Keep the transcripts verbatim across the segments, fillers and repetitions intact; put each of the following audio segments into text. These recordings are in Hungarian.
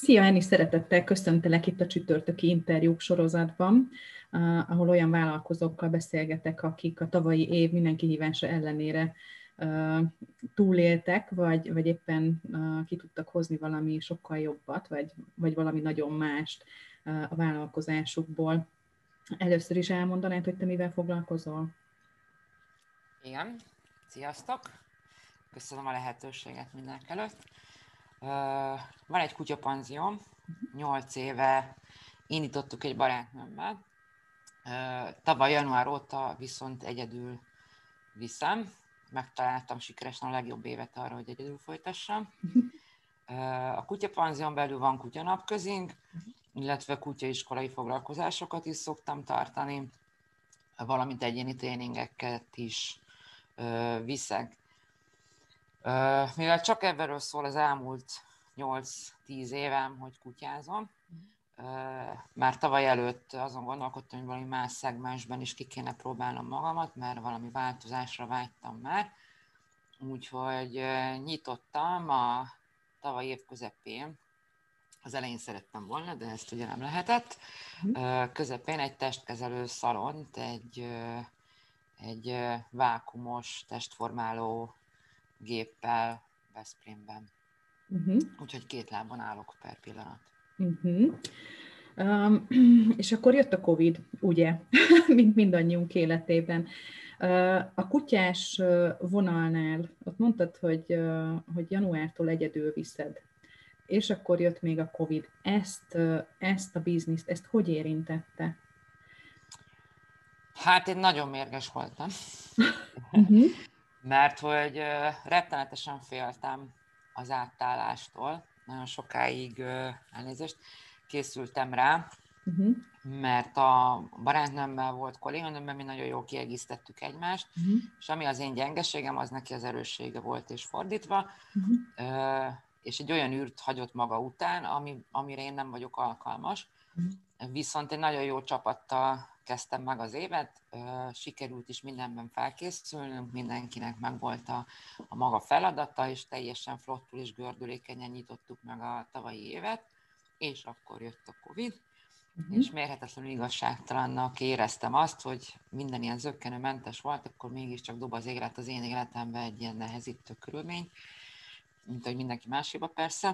Szia, én is szeretettel köszöntelek itt a csütörtöki interjúk sorozatban, uh, ahol olyan vállalkozókkal beszélgetek, akik a tavalyi év minden kihívása ellenére uh, túléltek, vagy, vagy éppen uh, ki tudtak hozni valami sokkal jobbat, vagy, vagy valami nagyon mást uh, a vállalkozásukból. Először is elmondanád, hogy te mivel foglalkozol? Igen, sziasztok! Köszönöm a lehetőséget mindenek előtt. Van egy kutyapanzióm, nyolc éve indítottuk egy barátnőmmel. Tavaly január óta viszont egyedül viszem. Megtaláltam sikeresen a legjobb évet arra, hogy egyedül folytassam. A kutyapanzión belül van kutyanapközink, illetve kutyaiskolai foglalkozásokat is szoktam tartani, valamint egyéni tréningeket is viszek. Mivel csak ebből szól az elmúlt nyolc-tíz évem, hogy kutyázom, már tavaly előtt azon gondolkodtam, hogy valami más szegmensben is ki kéne próbálnom magamat, mert valami változásra vágytam már. Úgyhogy nyitottam a tavaly év közepén, az elején szerettem volna, de ezt ugye nem lehetett, közepén egy testkezelő szalont, egy, egy vákumos testformáló géppel Veszprémben. Uh-huh. Úgyhogy két lábon állok per pillanat. Uh-huh. Um, és akkor jött a Covid, ugye, mint mindannyiunk életében. Uh, a kutyás vonalnál ott mondtad, hogy, uh, hogy januártól egyedül viszed, és akkor jött még a Covid. Ezt, uh, ezt a bizniszt, ezt hogy érintette? Hát én nagyon mérges voltam. Uh-huh. Mert hogy rettenetesen féltem az átállástól, nagyon sokáig, elnézést, készültem rá, uh-huh. mert a barátnőmmel volt kolléganőmmel, mi nagyon jól kiegészítettük egymást, uh-huh. és ami az én gyengeségem, az neki az erőssége volt, és fordítva, uh-huh. és egy olyan űrt hagyott maga után, ami, amire én nem vagyok alkalmas, uh-huh. viszont egy nagyon jó csapattal kezdtem meg az évet, sikerült is mindenben felkészülnünk, mindenkinek megvolt a, a maga feladata, és teljesen flottul és gördülékenyen nyitottuk meg a tavalyi évet, és akkor jött a Covid, uh-huh. és mérhetetlenül igazságtalannak éreztem azt, hogy minden ilyen zökkenőmentes volt, akkor mégiscsak dob az élet az én életembe egy ilyen nehezítő körülmény, mint ahogy mindenki máséba persze,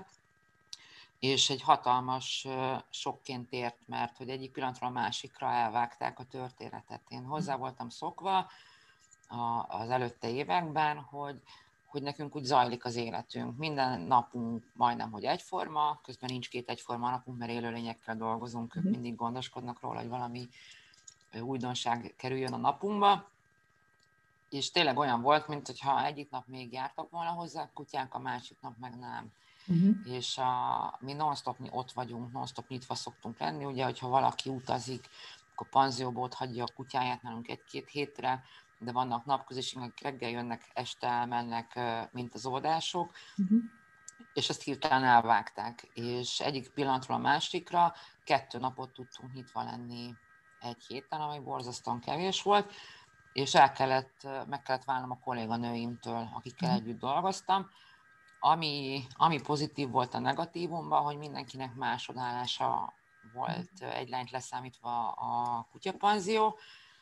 és egy hatalmas sokként ért, mert hogy egyik pillanatról a másikra elvágták a történetet. Én hozzá voltam szokva az előtte években, hogy, hogy nekünk úgy zajlik az életünk. Minden napunk majdnem, hogy egyforma, közben nincs két egyforma napunk, mert élőlényekkel dolgozunk, ők mindig gondoskodnak róla, hogy valami újdonság kerüljön a napunkba. És tényleg olyan volt, mint hogyha egyik nap még jártak volna hozzá a kutyánk, a másik nap meg nem. Uh-huh. És a, mi non-stop ott vagyunk, non-stop nyitva szoktunk lenni, ugye, hogyha valaki utazik, akkor panzióba ott hagyja a kutyáját nálunk egy-két hétre, de vannak napközösségek, reggel jönnek, este elmennek, mint az oldások, uh-huh. és ezt hirtelen elvágták. És egyik pillanatról a másikra kettő napot tudtunk nyitva lenni egy héten, ami borzasztóan kevés volt, és el kellett, meg kellett válnom a kolléganőimtől, akikkel uh-huh. együtt dolgoztam. Ami, ami pozitív volt a negatívumban, hogy mindenkinek másodállása volt, egy lányt leszámítva a kutyapanzió,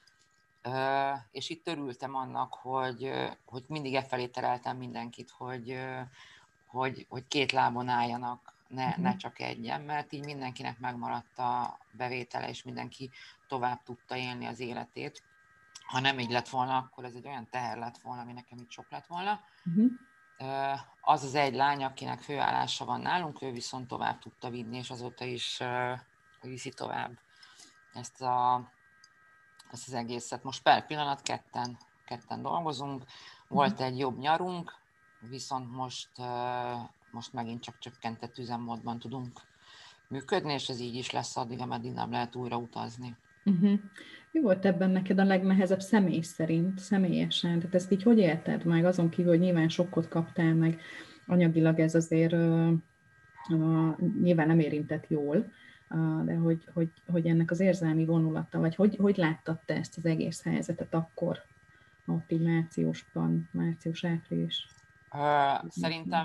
és itt örültem annak, hogy, hogy mindig e felé tereltem mindenkit, hogy, hogy, hogy két lábon álljanak, ne, uh-huh. ne csak egyen, mert így mindenkinek megmaradt a bevétele, és mindenki tovább tudta élni az életét. Ha nem így lett volna, akkor ez egy olyan teher lett volna, ami nekem így sok lett volna. Uh-huh. Az az egy lány, akinek főállása van nálunk, ő viszont tovább tudta vinni, és azóta is viszi tovább ezt, a, ezt az egészet. Most per pillanat ketten, ketten dolgozunk, volt egy jobb nyarunk, viszont most, most megint csak csökkentett üzemmódban tudunk működni, és ez így is lesz addig, ameddig nem lehet újra utazni. Uh-huh. Mi volt ebben neked a legnehezebb személy szerint, személyesen? Tehát ezt így hogy élted meg? Azon kívül, hogy nyilván sokkot kaptál meg, anyagilag ez azért uh, uh, nyilván nem érintett jól, uh, de hogy, hogy, hogy ennek az érzelmi vonulata, vagy hogy, hogy láttad te ezt az egész helyzetet akkor, ott így márciusban, március-április? Uh, szerintem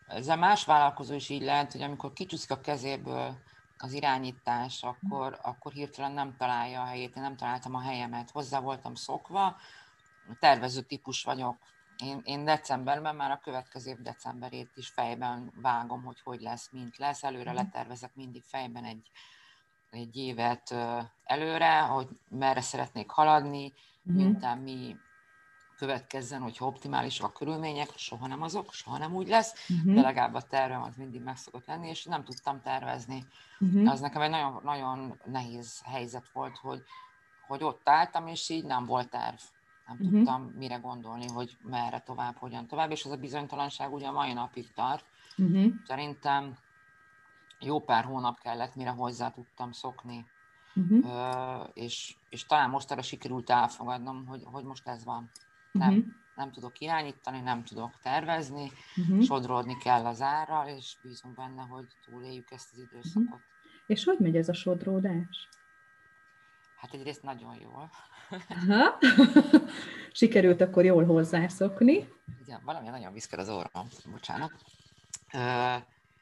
ezzel más vállalkozó is így lehet, hogy amikor kicsúszik a kezéből az irányítás, akkor, akkor hirtelen nem találja a helyét, én nem találtam a helyemet. Hozzá voltam szokva, tervező típus vagyok. Én, én decemberben, már a következő év decemberét is fejben vágom, hogy hogy lesz, mint lesz. Előre letervezek mindig fejben egy, egy évet előre, hogy merre szeretnék haladni, uh-huh. miután mi következzen, hogyha optimálisak a körülmények, soha nem azok, soha nem úgy lesz, uh-huh. de legalább a tervem az mindig meg szokott lenni, és nem tudtam tervezni. Uh-huh. Az nekem egy nagyon, nagyon nehéz helyzet volt, hogy, hogy ott álltam, és így nem volt terv. Nem uh-huh. tudtam mire gondolni, hogy merre tovább, hogyan tovább, és ez a bizonytalanság ugye a mai napig tart. Uh-huh. Szerintem jó pár hónap kellett, mire hozzá tudtam szokni. Uh-huh. Uh, és, és talán most arra sikerült elfogadnom, hogy, hogy most ez van. Nem, uh-huh. nem tudok irányítani, nem tudok tervezni, uh-huh. sodródni kell az árral, és bízunk benne, hogy túléljük ezt az időszakot. Uh-huh. És hogy megy ez a sodródás? Hát egyrészt nagyon jól. Aha. Sikerült akkor jól hozzászokni. Igen, valami nagyon viszkel az orrom, bocsánat. Uh,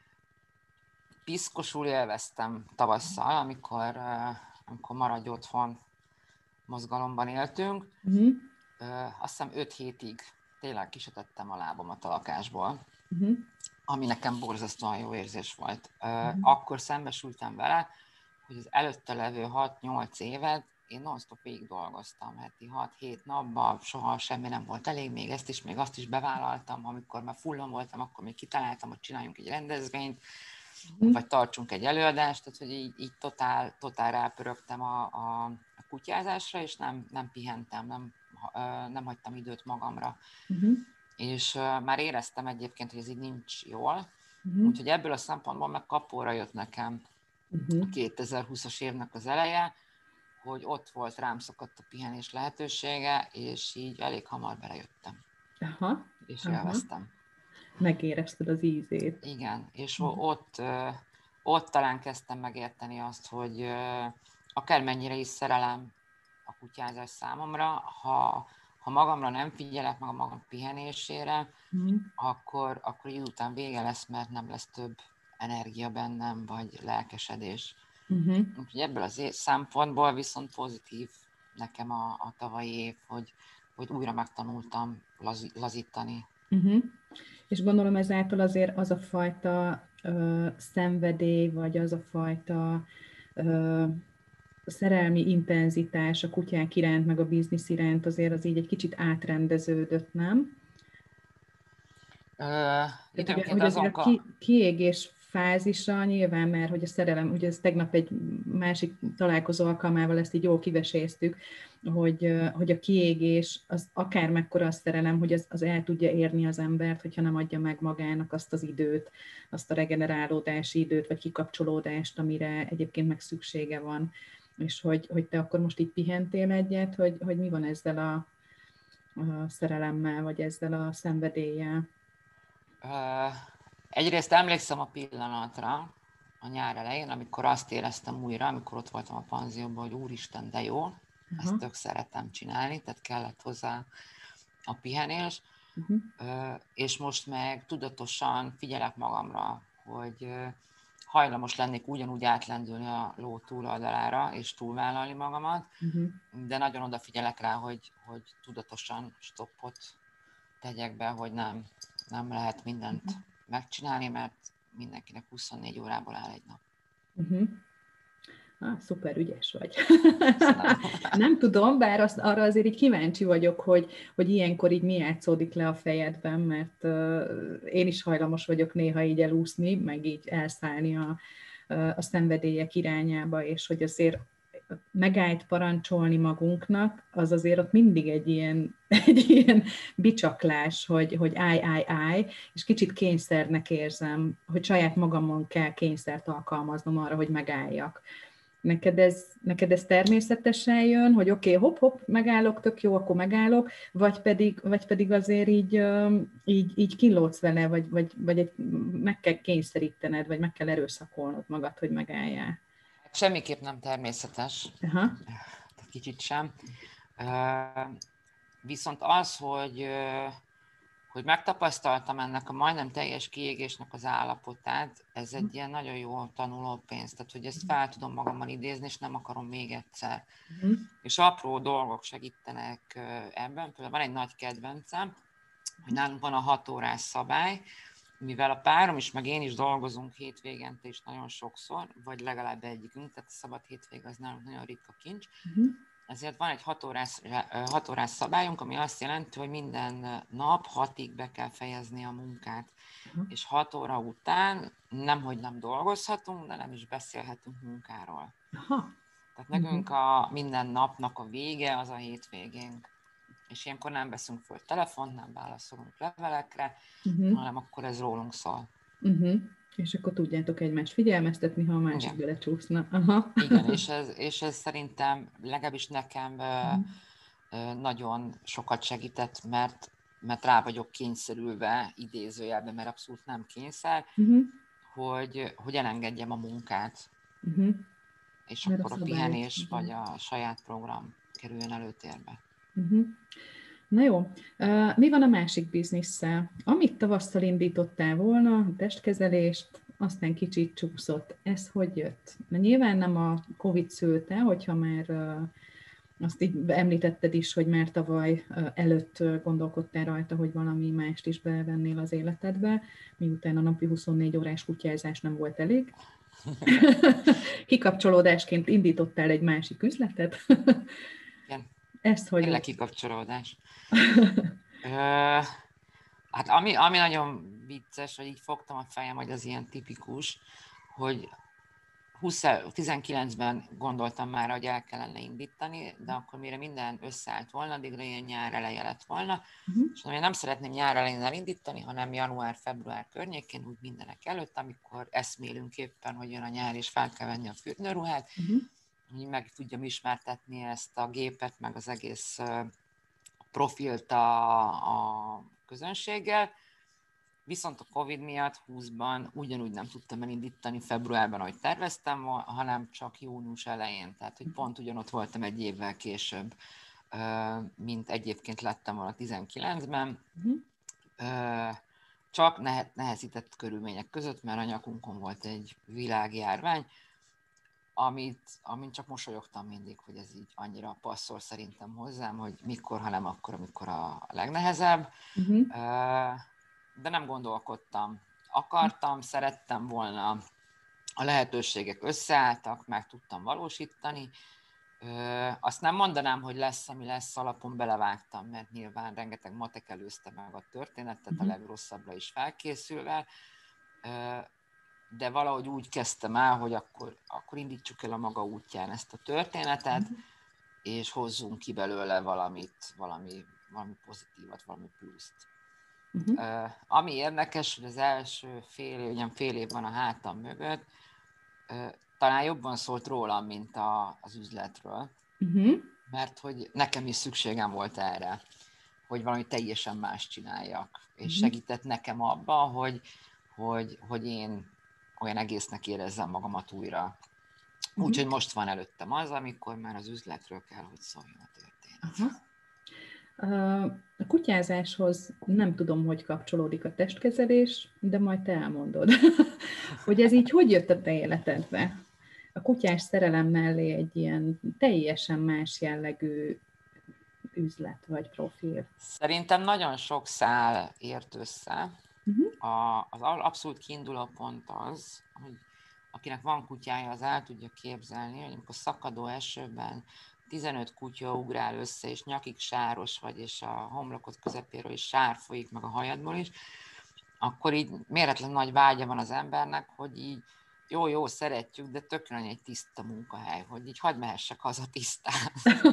piszkosul élveztem tavasszal, amikor, uh, amikor Maradj Otthon mozgalomban éltünk. Uh-huh. Uh, azt hiszem öt hétig tényleg kisütöttem a lábamat a lakásból, uh-huh. ami nekem borzasztóan jó érzés volt. Uh, uh-huh. Akkor szembesültem vele, hogy az előtte levő hat-nyolc évet én non-stop végig dolgoztam, heti hat-hét napban, soha semmi nem volt elég, még ezt is, még azt is bevállaltam, amikor már fullon voltam, akkor még kitaláltam, hogy csináljunk egy rendezvényt, uh-huh. vagy tartsunk egy előadást, tehát hogy így, így totál, totál rápörögtem a, a, a kutyázásra, és nem, nem pihentem, nem, nem hagytam időt magamra. Uh-huh. És uh, már éreztem egyébként, hogy ez így nincs jól, uh-huh. úgyhogy ebből a szempontból meg kapóra jött nekem uh-huh. a kétezer-húszas évnek az eleje, hogy ott volt, rám szakadt a pihenés lehetősége, és így elég hamar belejöttem. Aha, és aha. élveztem. Megérezted az ízét. Igen, és uh-huh. ott, ott talán kezdtem megérteni azt, hogy akármennyire is szerelem a kutyázás számomra, ha, ha magamra nem figyelek, meg a magam pihenésére, uh-huh. akkor, akkor idő után vége lesz, mert nem lesz több energia bennem, vagy lelkesedés. Uh-huh. Úgyhogy ebből az szempontból viszont pozitív nekem a, a tavalyi év, hogy, hogy újra megtanultam laz, lazítani. Uh-huh. És gondolom ezáltal azért az a fajta ö, szenvedély, vagy az a fajta ö, szerelmi intenzitás a kutyák iránt, meg a biznisz iránt azért az így egy kicsit átrendeződött, nem? Uh, Tehát, hogy azért a ki, kiégés fázisa nyilván, mert hogy a szerelem, ugye ez tegnap egy másik találkozó alkalmával ezt így jól kiveséztük, hogy, hogy a kiégés az akár mekkora a szerelem, hogy az, az el tudja érni az embert, hogyha nem adja meg magának azt az időt, azt a regenerálódási időt, vagy kikapcsolódást, amire egyébként meg szüksége van. És hogy, hogy te akkor most így pihentél egyet, hogy, hogy mi van ezzel a, a szerelemmel, vagy ezzel a szenvedéllyel? Uh, egyrészt emlékszem a pillanatra, a nyár elején, amikor azt éreztem újra, amikor ott voltam a panzióban, hogy úristen, de jó, uh-huh. ezt tök szeretem csinálni, tehát kellett hozzá a pihenés, uh-huh. uh, és most meg tudatosan figyelek magamra, hogy uh, hajlamos lennék ugyanúgy átlendülni a ló túloldalára, és túlvállalni magamat, uh-huh. de nagyon odafigyelek rá, hogy, hogy tudatosan stoppot tegyek be, hogy nem, nem lehet mindent uh-huh. megcsinálni, mert mindenkinek huszonnégy órából áll egy nap. Uh-huh. Ah, szuper ügyes vagy. Nem tudom, bár azt, arra azért így kíváncsi vagyok, hogy, hogy ilyenkor így mi játszódik le a fejedben, mert uh, én is hajlamos vagyok néha így elúszni, meg így elszállni a, a szenvedélyek irányába, és hogy azért megállt parancsolni magunknak, az azért ott mindig egy ilyen, egy ilyen bicsaklás, hogy, hogy állj, állj, állj, és kicsit kényszernek érzem, hogy saját magamon kell kényszert alkalmaznom arra, hogy megálljak. Neked ez, neked ez természetesen jön, hogy oké, okay, hopp-hopp, megállok, tök jó, akkor megállok, vagy pedig, vagy pedig azért így, így, így kínlódsz vele, vagy, vagy, vagy egy, meg kell kényszerítened, vagy meg kell erőszakolnod magad, hogy megálljál. Semmiképp nem természetes, Aha. Kicsit sem. Viszont az, hogy, hogy megtapasztaltam ennek a majdnem teljes kiégésnek az állapotát, ez egy ilyen nagyon jó tanulópénz, tehát hogy ezt fel tudom magammal idézni, és nem akarom még egyszer. Uh-huh. És apró dolgok segítenek ebben, például van egy nagy kedvencem, hogy nálunk van a hat órás szabály, mivel a párom is, meg én is dolgozunk hétvégente is nagyon sokszor, vagy legalább egyikünk, tehát a szabad hétvég az nálunk nagyon ritka kincs, uh-huh. Ezért van egy hat órás, hat órás szabályunk, ami azt jelenti, hogy minden nap hatig be kell fejezni a munkát. Uh-huh. És hat óra után nemhogy nem dolgozhatunk, de nem is beszélhetünk munkáról. Uh-huh. Tehát nekünk a minden napnak a vége az a hétvégénk. És ilyenkor nem veszünk föl telefont, nem válaszolunk levelekre, uh-huh. hanem akkor ez rólunk szól. Uh-huh. És akkor tudjátok egymást figyelmeztetni, ha a másik igen. belecsúszna. Aha. Igen, és ez, és ez szerintem legalábbis nekem uh-huh. nagyon sokat segített, mert, mert rá vagyok kényszerülve, idézőjelben, mert abszolút nem kényszer, uh-huh. hogy, hogy elengedjem a munkát. Uh-huh. És mert akkor a, a pihenés uh-huh. vagy a saját program kerüljön előtérbe. Uh-huh. Na jó, uh, mi van a másik biznisszel? Amit tavasszal indítottál volna, a testkezelést, aztán kicsit csúszott. Ez hogy jött? Mert nyilván nem a Covid szülte, hogyha már uh, azt így említetted is, hogy már tavaly uh, előtt uh, gondolkodtál rajta, hogy valami mást is bevennél az életedbe, miután a napi huszonnégy órás kutyázás nem volt elég. Kikapcsolódásként indítottál egy másik üzletet. Igen. Ezt hogy... Tényleg kikapcsolódás. Ö, hát ami, ami nagyon vicces, hogy így fogtam a fejem, hogy az ilyen tipikus, hogy tizenkilencben gondoltam már, hogy el kellene indítani, de akkor mire minden összeállt volna, addigra ilyen nyár eleje lett volna, uh-huh. és én nem szeretném nyár elején elindítani, hanem január-február környékén, úgy mindenek előtt, amikor eszmélünk éppen, hogy jön a nyár, és fel kell venni a fürdőruhát, uh-huh. hogy meg tudjam ismertetni ezt a gépet, meg az egész profilt a, a közönséggel. Viszont a Covid miatt húszban ugyanúgy nem tudtam elindítani februárban, ahogy terveztem, hanem csak június elején. Tehát, hogy pont ugyanott voltam egy évvel később, mint egyébként lettem volna tizenkilencben. Csak nehezített körülmények között, mert a nyakunkon volt egy világjárvány, amit, amit csak mosolyogtam mindig, hogy ez így annyira passzol szerintem hozzám, hogy mikor, ha nem akkor, amikor a legnehezebb. Uh-huh. De nem gondolkodtam. Akartam, szerettem volna, a lehetőségek összeálltak, meg tudtam valósítani. Azt nem mondanám, hogy lesz, ami lesz, alapon belevágtam, mert nyilván rengeteg matek előzte meg a történetet, uh-huh. a legrosszabbra is felkészülve. De valahogy úgy kezdtem el, hogy akkor, akkor indítsuk el a maga útján ezt a történetet, uh-huh. és hozzunk ki belőle valamit, valami, valami pozitívat, valami pluszt. Uh-huh. Uh, ami érdekes, hogy az első fél év, ugyan fél év van a hátam mögött, uh, talán jobban szólt rólam, mint a, az üzletről, uh-huh. mert hogy nekem is szükségem volt erre, hogy valami teljesen más csináljak, és uh-huh. segített nekem abban, hogy, hogy, hogy én olyan egésznek érezzem magamat újra. Uh-huh. Úgyhogy most van előttem az, amikor már az üzletről kell, hogy szóljon a történet. Uh-huh. A kutyázáshoz nem tudom, hogy kapcsolódik a testkezelés, de majd te elmondod, hogy ez így hogy jött a te életedbe. A kutyás szerelem mellé egy ilyen teljesen más jellegű üzlet vagy profil. Szerintem nagyon sok szál ért össze. Uh-huh. A, az abszolút kiinduló pont az, hogy akinek van kutyája, az el tudja képzelni, hogy amikor szakadó esőben tizenöt kutya ugrál össze, és nyakig sáros vagy, és a homlokod közepéről is sár folyik, meg a hajadból is, akkor így méretlen nagy vágya van az embernek, hogy így jó-jó, szeretjük, de tökre egy tiszta munkahely, hogy így hadd mehessek haza tisztán.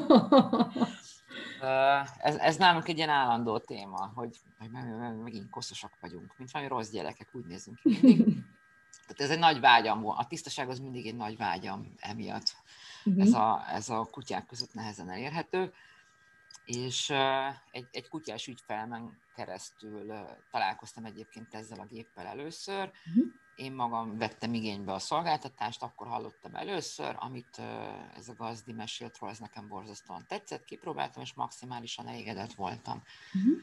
ez, ez nálunk egy ilyen állandó téma, hogy, hogy megint koszosak vagyunk, mint valami rossz gyerekek, úgy nézünk ki mindig. Tehát ez egy nagy vágyam volt. A tisztaság az mindig egy nagy vágyam emiatt. Uh-huh. Ez, a, ez a kutyák között nehezen elérhető. És uh, egy, egy kutyás ügyfelemen keresztül uh, találkoztam egyébként ezzel a géppel először. Uh-huh. Én magam vettem igénybe a szolgáltatást, akkor hallottam először, amit uh, ez a gazdi mesélt róla, ez nekem borzasztóan tetszett, kipróbáltam, és maximálisan elégedett voltam. Uh-huh.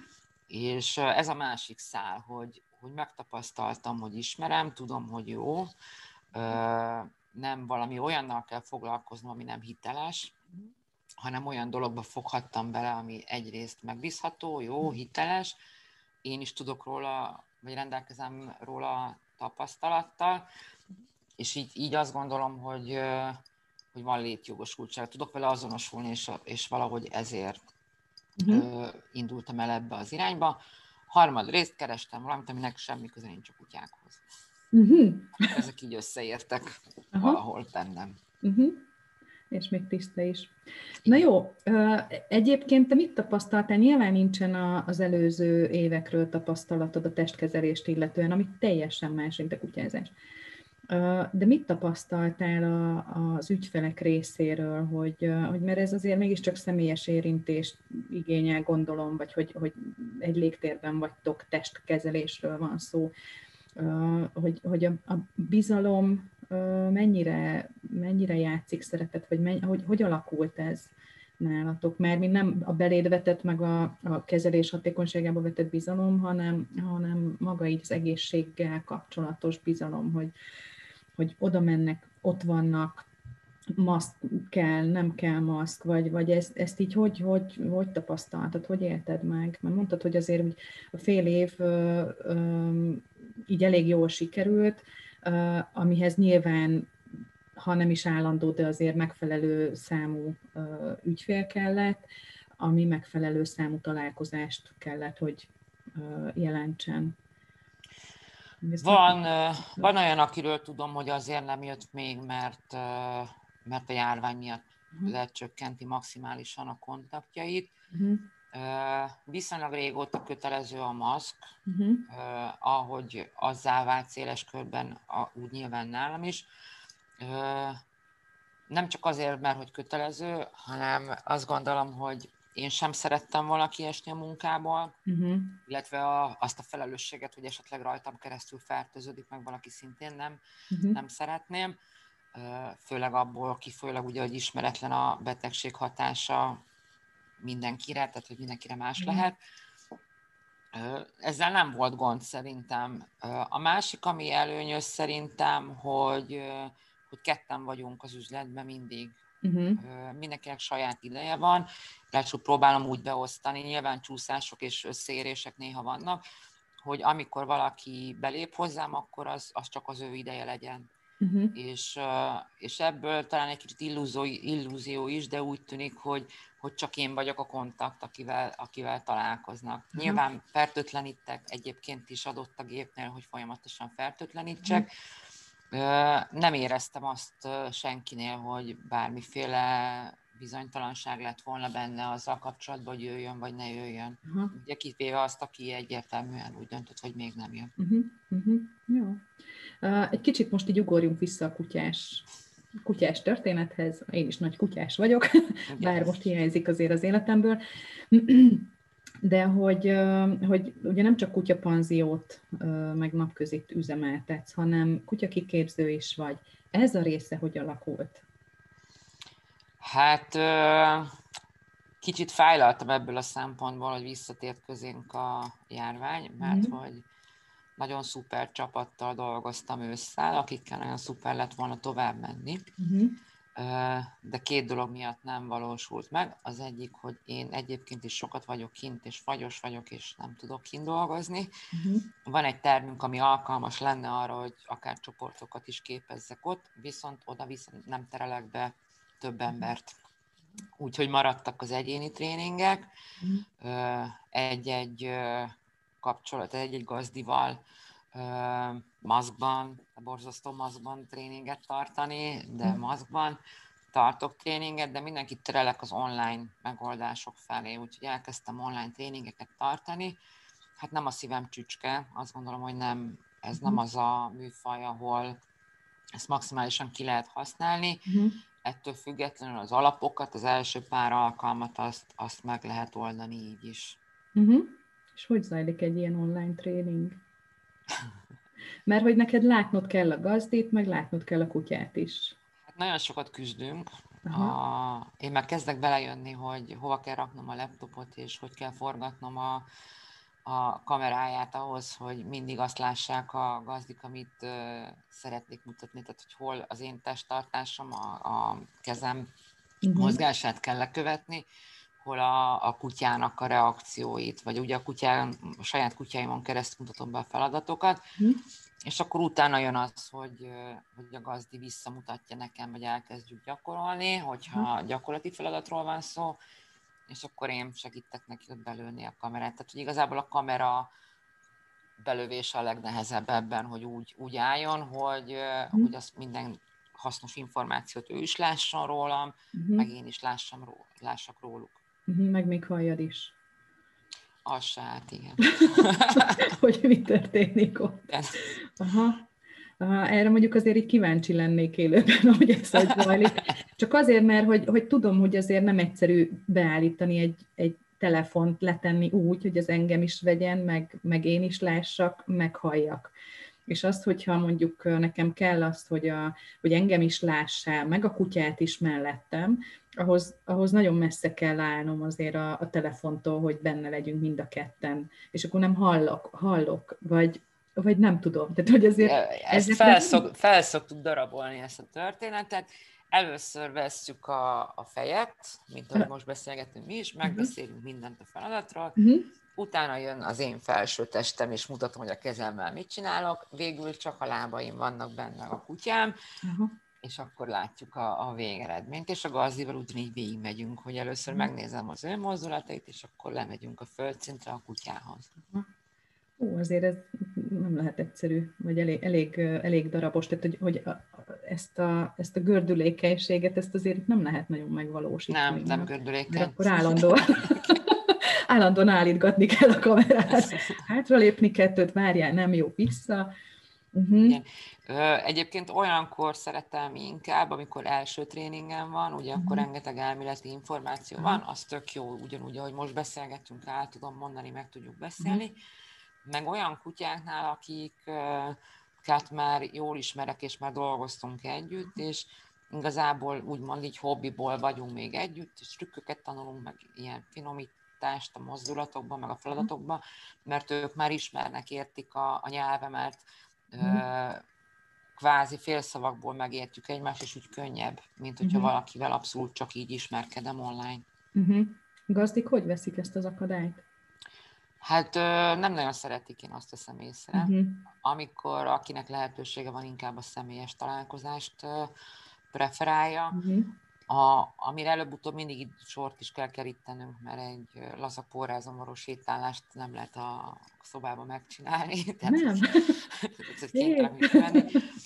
És ez a másik szál, hogy, hogy megtapasztaltam, hogy ismerem, tudom, hogy jó, nem valami olyannal kell foglalkoznom, ami nem hiteles, hanem olyan dologba foghattam bele, ami egyrészt megbízható, jó, hiteles, én is tudok róla, vagy rendelkezem róla tapasztalattal, és így, így azt gondolom, hogy, hogy van létjogosultság. Tudok vele azonosulni, és, és valahogy ezért uh-huh. indultam el ebbe az irányba. Harmadrészt kerestem valamit, aminek semmi köze nincs a kutyákhoz. Uh-huh. Ezek így összeértek Aha. valahol bennem. Uh-huh. És még tiszta is. Na jó, egyébként te mit tapasztaltál? Nyilván nincsen az előző évekről tapasztalatod a testkezelést illetően, ami teljesen más, mint a kutyázás. De mit tapasztaltál az ügyfelek részéről, hogy, hogy mert ez azért mégiscsak személyes érintést igényel, gondolom, vagy hogy, hogy egy légtérben vagytok, testkezelésről van szó, hogy, hogy a, a bizalom mennyire, mennyire játszik szerepet, vagy menny, hogy, hogy alakult ez nálatok? Mert mi nem a beléd vetett, meg a, a kezelés hatékonyságába vetett bizalom, hanem, hanem maga így az egészséggel kapcsolatos bizalom, hogy, hogy oda mennek, ott vannak, maszk kell, nem kell maszk, vagy, vagy ezt, ezt így hogy, hogy, hogy tapasztaltad, hogy élted meg? Mert mondtad, hogy azért hogy a fél év ö, ö, így elég jól sikerült, ö, amihez nyilván, ha nem is állandó, de azért megfelelő számú ö, ügyfél kellett, ami megfelelő számú találkozást kellett, hogy ö, jelentsen. Van, van olyan, akiről tudom, hogy azért nem jött még, mert, mert a járvány miatt uh-huh. lecsökkenti maximálisan a kontaktjait. Uh-huh. Viszonylag régóta kötelező a maszk, uh-huh. ahogy azzá vált széles körben, úgy nyilván nálam is. Nem csak azért, mert hogy kötelező, hanem azt gondolom, hogy én sem szerettem volna kiesni a munkából, uh-huh. illetve a, azt a felelősséget, hogy esetleg rajtam keresztül fertőződik meg valaki, szintén nem, uh-huh. nem szeretném. Főleg abból kifolyólag, ugye, hogy ismeretlen a betegség hatása mindenkire, tehát hogy mindenkire más uh-huh. lehet. Ezzel nem volt gond szerintem. A másik, ami előnyös szerintem, hogy, hogy ketten vagyunk az üzletben mindig. Uh-huh. Mindenkinek saját ideje van, ráadásul próbálom úgy beosztani, nyilván csúszások és összeérések néha vannak, hogy amikor valaki belép hozzám, akkor az, az csak az ő ideje legyen. Uh-huh. És, és ebből talán egy kicsit illúzió, illúzió is, de úgy tűnik, hogy, hogy csak én vagyok a kontakt, akivel, akivel találkoznak. Uh-huh. Nyilván fertőtlenítek egyébként is adott a gépnél, hogy folyamatosan fertőtlenítsek. Uh-huh. Nem éreztem azt senkinél, hogy bármiféle bizonytalanság lett volna benne azzal kapcsolatban, hogy jöjjön vagy ne jöjjön. Uh-huh. Ugye kivéve azt, aki egyértelműen úgy döntött, hogy még nem jön. Uh-huh. Uh-huh. Jó. Uh, egy kicsit most így ugorjunk vissza a kutyás, kutyás történethez. Én is nagy kutyás vagyok, bár most hiányzik azért az életemből. De hogy, hogy ugye nem csak kutyapanziót meg napközit üzemeltetsz, hanem kutyakiképző is vagy. Ez a része hogy alakult? Hát kicsit fájlaltam ebből a szempontból, hogy visszatért közénk a járvány, mert mm. hogy nagyon szuper csapattal dolgoztam ősszel, akikkel nagyon szuper lett volna tovább menni. Mm. De két dolog miatt nem valósult meg. Az egyik, hogy én egyébként is sokat vagyok kint, és fagyos vagyok, és nem tudok kint dolgozni. Uh-huh. Van egy termünk, ami alkalmas lenne arra, hogy akár csoportokat is képezzek ott, viszont oda viszont nem terelek be több embert. Úgyhogy maradtak az egyéni tréningek, uh-huh. egy-egy kapcsolat, egy-egy gazdival, maszkban, a borzasztó maszkban tréninget tartani, de maszkban tartok tréninget, de mindenkit terelek az online megoldások felé, úgyhogy elkezdtem online tréningeket tartani. Hát nem a szívem csücske, azt gondolom, hogy nem, ez nem az a műfaj, ahol ezt maximálisan ki lehet használni. Uh-huh. Ettől függetlenül az alapokat, az első pár alkalmat azt, azt meg lehet oldani így is. Uh-huh. És hogy zajlik egy ilyen online tréning? Mert hogy neked látnod kell a gazdit, meg látnod kell a kutyát is. Hát nagyon sokat küzdünk. A, én már kezdek belejönni, hogy hova kell raknom a laptopot, és hogy kell forgatnom a, a kameráját ahhoz, hogy mindig azt lássák a gazdik, amit uh, szeretnék mutatni, tehát hogy hol az én testtartásom, a, a kezem uh-huh. mozgását kell lekövetni, hol a, a kutyának a reakcióit, vagy ugye a, kutyán, a saját kutyáimon keresztül mutatom be a feladatokat, uh-huh. és akkor utána jön az, hogy, hogy a gazdi visszamutatja nekem, vagy elkezdjük gyakorolni, hogyha uh-huh. gyakorlati feladatról van szó, és akkor én segítek neki ott belőni a kamerát. Tehát, hogy igazából a kamera belövése a legnehezebb ebben, hogy úgy, úgy álljon, hogy, mm. hogy azt minden hasznos információt ő is lásson rólam, mm. meg én is lássam ró, lássak róluk. Mm, meg még halljad is. Az se, hát igen. Hogy mi történik ott. Aha. Aha, erre mondjuk azért így kíváncsi lennék élőben, hogy ez hogy zajlik. Csak azért, mert hogy, hogy tudom, hogy azért nem egyszerű beállítani egy, egy telefont, letenni úgy, hogy az engem is vegyen, meg, meg én is lássak, meg halljak. És azt, hogyha mondjuk nekem kell azt, hogy, a, hogy engem is lássál, meg a kutyát is mellettem, ahhoz, ahhoz nagyon messze kell állnom azért a, a telefontól, hogy benne legyünk mind a ketten. És akkor nem hallok, hallok vagy vagy nem tudom. Tehát, hogy azért ezt felszok, nem... felszoktuk darabolni ezt a történetet. Először vesszük a, a fejet, mint ahogy most beszélgetünk mi is, megbeszélünk mindent a feladatról, uh-huh. utána jön az én felső testem, és mutatom, hogy a kezemmel mit csinálok, végül csak a lábaim vannak benne a kutyám, uh-huh. és akkor látjuk a, a végeredményt, és a gazdival ugyanígy végigmegyünk, hogy először uh-huh. megnézem az ő mozdulatait, és akkor lemegyünk a földszintre a kutyához. Uh-huh. Ó, azért ez nem lehet egyszerű, vagy elég, elég, elég darabos, tehát hogy, hogy a, ezt, a, ezt a gördülékenységet, ezt azért nem lehet nagyon megvalósítani. Nem, nem gördülékeny. Mert akkor állandóan, állandóan állítgatni kell a kamerát. Hátralépni kettőt, várjál, nem jó, vissza. Uh-huh. Igen. Egyébként olyankor szeretem inkább, amikor első tréningen van, ugye uh-huh. akkor rengeteg elméleti információ uh-huh. van, az tök jó, ugyanúgy, ahogy most beszélgetünk, el tudom mondani, meg tudjuk beszélni. Uh-huh. Meg olyan kutyáknál, akiket már jól ismerek, és már dolgoztunk együtt, és igazából úgymond így hobbiból vagyunk még együtt, és trükköket tanulunk, meg ilyen finomítást a mozdulatokban, meg a feladatokban, mert ők már ismernek, értik a, a nyelvemet, mm. kvázi félszavakból megértjük egymást, és úgy könnyebb, mint hogyha mm. valakivel abszolút csak így ismerkedem online. Mm-hmm. Gazdik hogy veszik ezt az akadályt? Hát nem nagyon szeretik, én azt teszem észre. Uh-huh. Amikor akinek lehetősége van, inkább a személyes találkozást preferálja. Uh-huh. A, amire előbb-utóbb mindig itt sort is kell kerítenünk, mert egy laza pórrázon való sétálást nem lehet a szobában megcsinálni. Tehát, nem. Ez kénytelen is menni.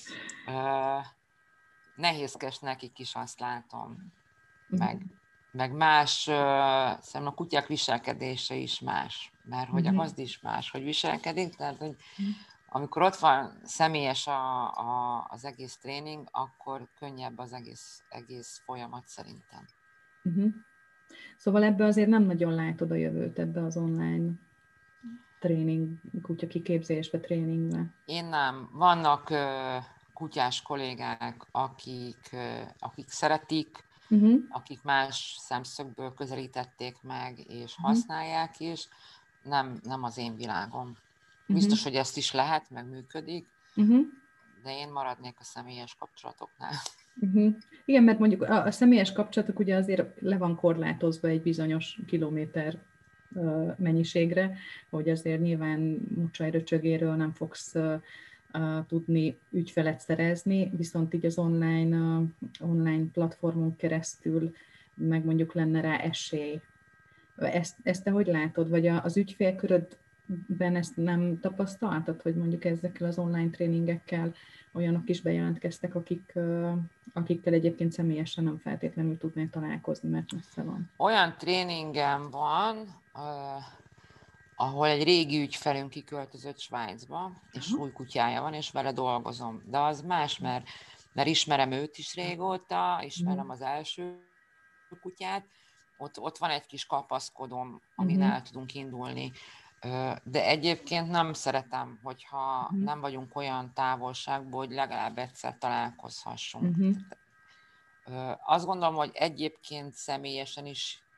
Uh, nehézkes nekik is, azt látom. Uh-huh. Meg, meg más, uh, szerintem a kutyák viselkedése is más, mert hogy uh-huh. a gazdi is más, hogy viselkedik, tehát hogy uh-huh. amikor ott van személyes a, a, az egész tréning, akkor könnyebb az egész, egész folyamat szerintem. Uh-huh. Szóval ebbe azért nem nagyon látod a jövőt, ebbe az online tréning, kutya kiképzésbe, tréningbe. Én nem. Vannak uh, kutyás kollégák, akik, uh, akik szeretik, uh-huh. akik más szemszögből közelítették meg, és uh-huh. használják is. Nem, nem az én világom. Biztos, uh-huh. hogy ezt is lehet, meg működik, uh-huh. de én maradnék a személyes kapcsolatoknál. Uh-huh. Igen, mert mondjuk a, a személyes kapcsolatok ugye azért le van korlátozva egy bizonyos kilométer uh, mennyiségre, hogy azért nyilván mucsaj röcsögéről nem fogsz uh, uh, tudni ügyfelet szerezni, viszont így az online, uh, online platformon keresztül meg mondjuk lenne rá esély. Ezt, ezt te hogy látod? Vagy az ügyfélkörödben ezt nem tapasztaltad, hogy mondjuk ezekkel az online tréningekkel olyanok is bejelentkeztek, akik, akikkel egyébként személyesen nem feltétlenül tudnék találkozni, mert messze van? Olyan tréningem van, uh, ahol egy régi ügyfelünk kiköltözött Svájcba, és uh-huh. új kutyája van, és vele dolgozom. De az más, mert, mert ismerem őt is régóta, ismerem uh-huh. az első kutyát, Ott, ott van egy kis kapaszkodom, amin uh-huh. el tudunk indulni. De egyébként nem szeretem, hogyha uh-huh. nem vagyunk olyan távolságban, hogy legalább egyszer találkozhassunk. Uh-huh. Azt gondolom, hogy egyébként személyesen is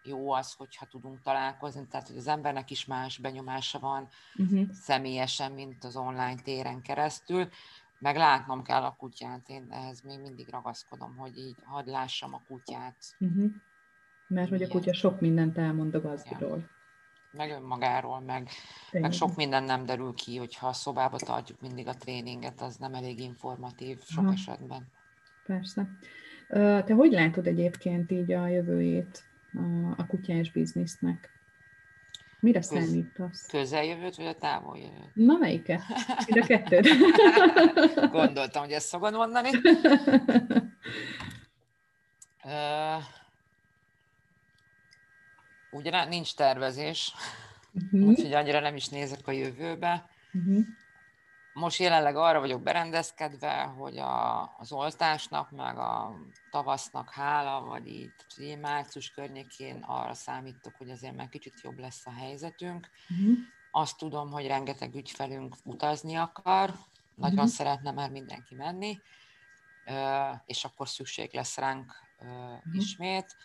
jó az, hogyha tudunk találkozni, tehát hogy az embernek is más benyomása van uh-huh. személyesen, mint az online téren keresztül, meg látnom kell a kutyát, én ehhez még mindig ragaszkodom, hogy így hadd lássam a kutyát. Uh-huh. Mert hogy a kutya sok mindent elmond a gazdiról. Ja. Meg önmagáról, meg, meg sok minden nem derül ki, hogyha a szobába tartjuk mindig a tréninget, az nem elég informatív sok Aha. esetben. Persze. Te hogy látod egyébként így a jövőjét a kutyás biznisznek? Mire Köz, számítasz? Közeljövőt, vagy a távoljövőt? Na, melyiket? Mind a kettőt. Gondoltam, hogy ezt szokod mondani. Uh, ugye nincs tervezés, uh-huh. úgyhogy annyira nem is nézek a jövőbe. Uh-huh. Most jelenleg arra vagyok berendezkedve, hogy a, az oltásnak, meg a tavasznak hála, vagy így március környékén arra számítok, hogy azért már kicsit jobb lesz a helyzetünk. Uh-huh. Azt tudom, hogy rengeteg ügyfelünk utazni akar, nagyon uh-huh. szeretne már mindenki menni, és akkor szükség lesz ránk uh-huh. ismét.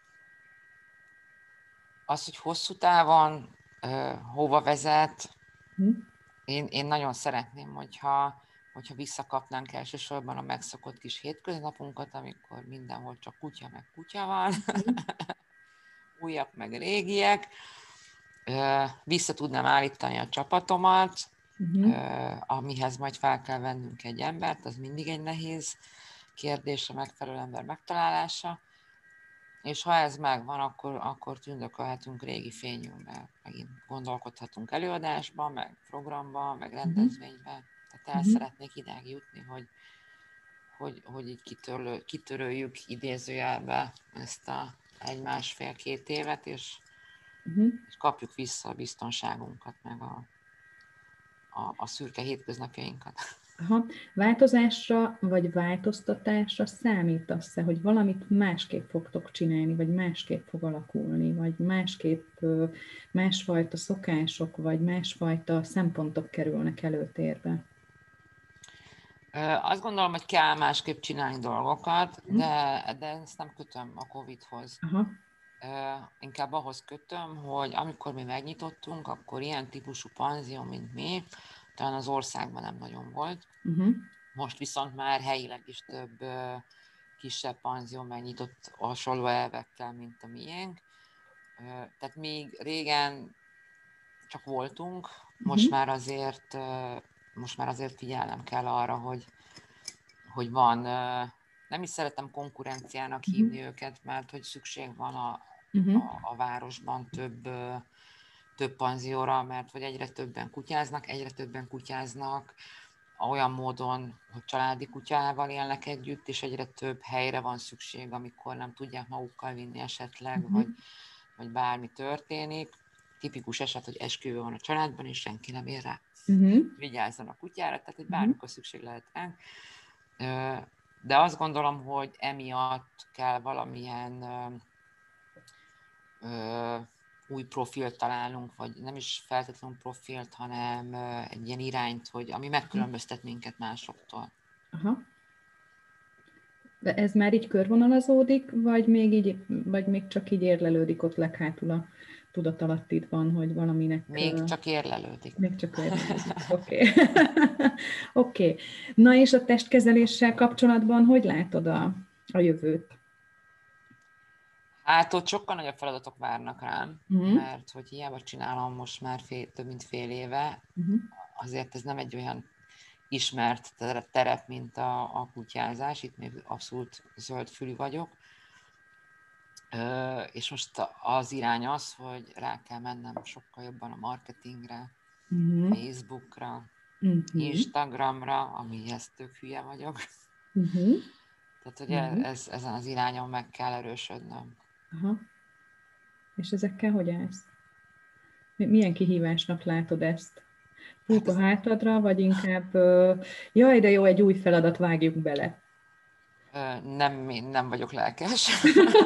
Az, hogy hosszú távon uh, hova vezet, uh-huh. Én, én nagyon szeretném, hogyha, hogyha visszakapnánk elsősorban a megszokott kis hétköznapunkat, amikor mindenhol csak kutya meg kutya van, mm. újak meg régiek. Vissza tudnám állítani a csapatomat, mm-hmm. amihez majd fel kell vennünk egy embert, az mindig egy nehéz kérdés, a megfelelő ember megtalálása. És ha ez megvan, akkor, akkor tündökölhetünk régi fényünkbe. Megint gondolkodhatunk előadásban, meg programban, meg rendezvényben. Tehát el uh-huh. szeretnék idáig jutni, hogy, hogy, hogy így kitörlő, kitöröljük idézőjelbe ezt a egy-másfél-két évet, és, uh-huh. és kapjuk vissza a biztonságunkat, meg a, a, a szürke hétköznapjainkat. Aha. Változásra vagy változtatásra számítasz-e, hogy valamit másképp fogtok csinálni, vagy másképp fog alakulni, vagy másképp másfajta szokások, vagy másfajta szempontok kerülnek előtérbe? Azt gondolom, hogy kell másképp csinálni dolgokat, de, de ezt nem kötöm a Covidhoz. Aha. Inkább ahhoz kötöm, hogy amikor mi megnyitottunk, akkor ilyen típusú panzió, mint mi, talán az országban nem nagyon volt. Uh-huh. Most viszont már helyileg is több uh, kisebb panzió megnyitott hasonló elvekkel, mint a miénk. Uh, tehát még régen csak voltunk, most uh-huh. már azért uh, most már azért figyelnem kell arra, hogy, hogy van, uh, nem is szeretem konkurenciának uh-huh. hívni őket, mert hogy szükség van a, uh-huh. a, a városban több uh, több panzióra, mert hogy egyre többen kutyáznak, egyre többen kutyáznak olyan módon, hogy családi kutyával élnek együtt, és egyre több helyre van szükség, amikor nem tudják magukkal vinni esetleg, uh-huh. vagy, vagy bármi történik. Tipikus eset, hogy esküvő van a családban, és senki nem ér rá. Uh-huh. Vigyázzon a kutyára, tehát hogy bármikor szükség lehet ránk. De azt gondolom, hogy emiatt kell valamilyen új profilt találunk, vagy nem is feltétlenül profilt, hanem egy ilyen irányt, hogy ami megkülönböztet minket másoktól. Aha. De ez már így körvonalazódik, vagy még, így, vagy még csak így érlelődik ott leghátul a tudatalattidban, hogy valaminek... Még csak érlelődik. Még csak érlelődik, oké. Oké. Na és a testkezeléssel kapcsolatban hogy látod a, a jövőt? Hát ott sokkal nagyobb feladatok várnak rám, uh-huh. mert hogy hiába csinálom most már fél, több mint fél éve, uh-huh. azért ez nem egy olyan ismert terep, mint a, a kutyázás, itt még abszolút zöldfülű vagyok, Ö, és most az irány az, hogy rá kell mennem sokkal jobban a marketingre, uh-huh. Facebookra, uh-huh. Instagramra, amihez tök hülye vagyok. Uh-huh. Tehát, hogy uh-huh. ez, ezen az irányon meg kell erősödnöm. Aha. És ezekkel hogy állsz? Milyen kihívásnak látod ezt? Fúk a hátadra, vagy inkább jaj, de jó, egy új feladat, vágjuk bele? Nem, nem vagyok lelkes.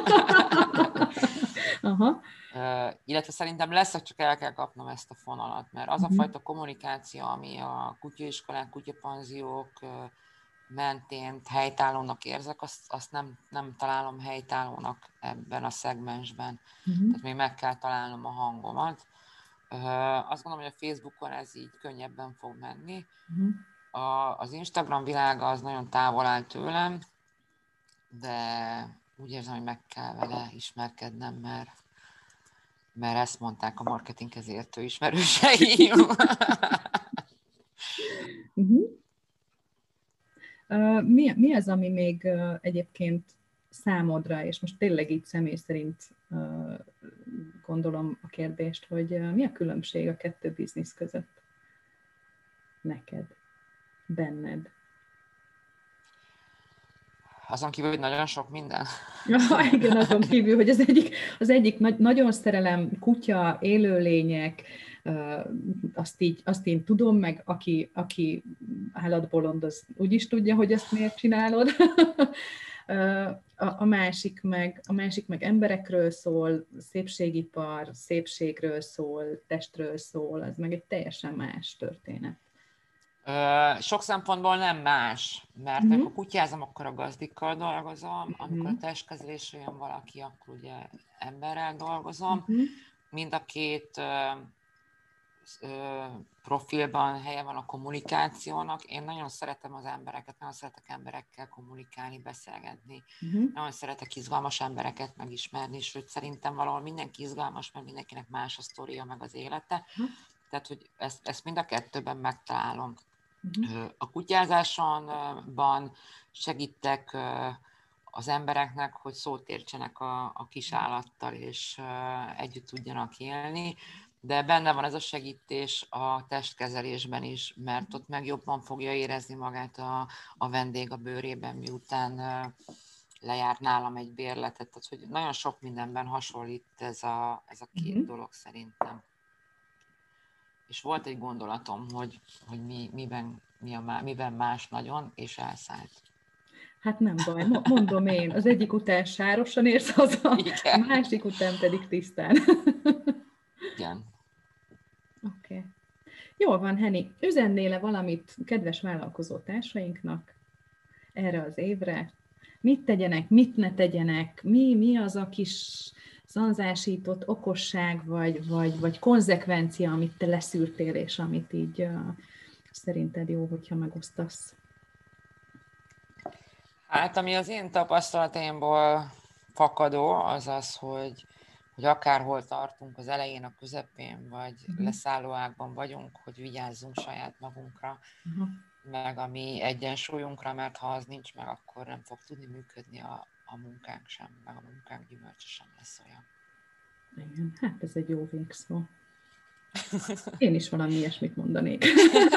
Aha. Illetve szerintem lesz, csak el kell kapnom ezt a fonalat, mert az uh-huh. a fajta kommunikáció, ami a kutyaiskolák, kutyapanziók mentén helytállónak érzek, azt, azt nem, nem találom helytállónak ebben a szegmensben. Uh-huh. Tehát még meg kell találnom a hangomat. Uh, azt gondolom, hogy a Facebookon ez így könnyebben fog menni. Uh-huh. A, az Instagram világa az nagyon távol áll tőlem, de úgy érzem, hogy meg kell vele ismerkednem, mert, mert ezt mondták a marketinghez értő ismerőseim. uh-huh. uh, mi, mi az, ami még uh, egyébként számodra, és most tényleg így személy szerint uh, gondolom a kérdést, hogy uh, mi a különbség a kettő biznisz között neked, benned? Azon kívül, hogy nagyon sok minden. Ja, igen, azon kívül, hogy az egyik, az egyik nagy, nagyon szerelem, kutya, élőlények, azt, így, azt én tudom, meg aki, aki állatbolond, az úgyis tudja, hogy ezt miért csinálod. A, a, másik meg, a másik meg emberekről szól, szépségipar, szépségről szól, testről szól, az meg egy teljesen más történet. Sok szempontból nem más, mert uh-huh. amikor kutyázom, akkor a gazdikkal dolgozom, uh-huh. amikor a testkezelésre jön valaki, akkor ugye emberrel dolgozom. Uh-huh. Mind a két uh, uh, profilban helye van a kommunikációnak. Én nagyon szeretem az embereket, nagyon szeretek emberekkel kommunikálni, beszélgetni. Uh-huh. Nagyon szeretek izgalmas embereket megismerni, sőt szerintem valahol mindenki izgalmas, mert mindenkinek más a sztoria, meg az élete. Uh-huh. Tehát, hogy ezt, ezt mind a kettőben megtalálom. Uh-huh. A kutyázásonban segítek az embereknek, hogy szót értsenek a, a kis állattal, és együtt tudjanak élni, de benne van ez a segítés a testkezelésben is, mert ott meg jobban fogja érezni magát a, a vendég a bőrében, miután lejárt nálam egy bérletet. Tehát, hogy nagyon sok mindenben hasonlít ez a, ez a két uh-huh. dolog szerintem. És volt egy gondolatom, hogy, hogy mi, miben, mi a, miben más nagyon, és elszállt. Hát nem baj, mondom én, az egyik után sárosan érsz haza, igen. A másik után pedig tisztán. Igen. Oké. Okay. Jól van, Henny, üzennél-e valamit kedves vállalkozó társainknak erre az évre? Mit tegyenek, mit ne tegyenek, mi, mi az a kis szanzásított okosság, vagy, vagy, vagy konzekvencia, amit te leszűrtél, és amit így uh, szerinted jó, hogyha megosztasz? Hát, ami az én tapasztalataimból fakadó, az az, hogy, hogy akárhol tartunk, az elején, a közepén, vagy uh-huh. leszállóágban vagyunk, hogy vigyázzunk saját magunkra, uh-huh. meg a mi egyensúlyunkra, mert ha az nincs meg, akkor nem fog tudni működni a, a munkánk sem, meg a munkánk gyümölcse sem lesz olyan. Igen, hát ez egy jó végszó. Én is valami ilyesmit mondanék.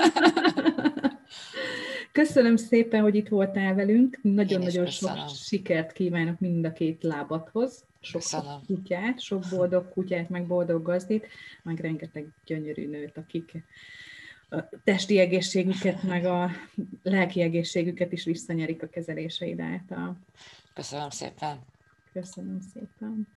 Köszönöm szépen, hogy itt voltál velünk. Nagyon-nagyon sok sikert kívánok mind a két lábadhoz. Sok, sok kutyát, sok boldog kutyát, meg boldog gazdit, meg rengeteg gyönyörű nőt, akik a testi egészségüket, meg a lelki egészségüket is visszanyerik a kezeléseid által. Köszönöm szépen. Köszönöm szépen.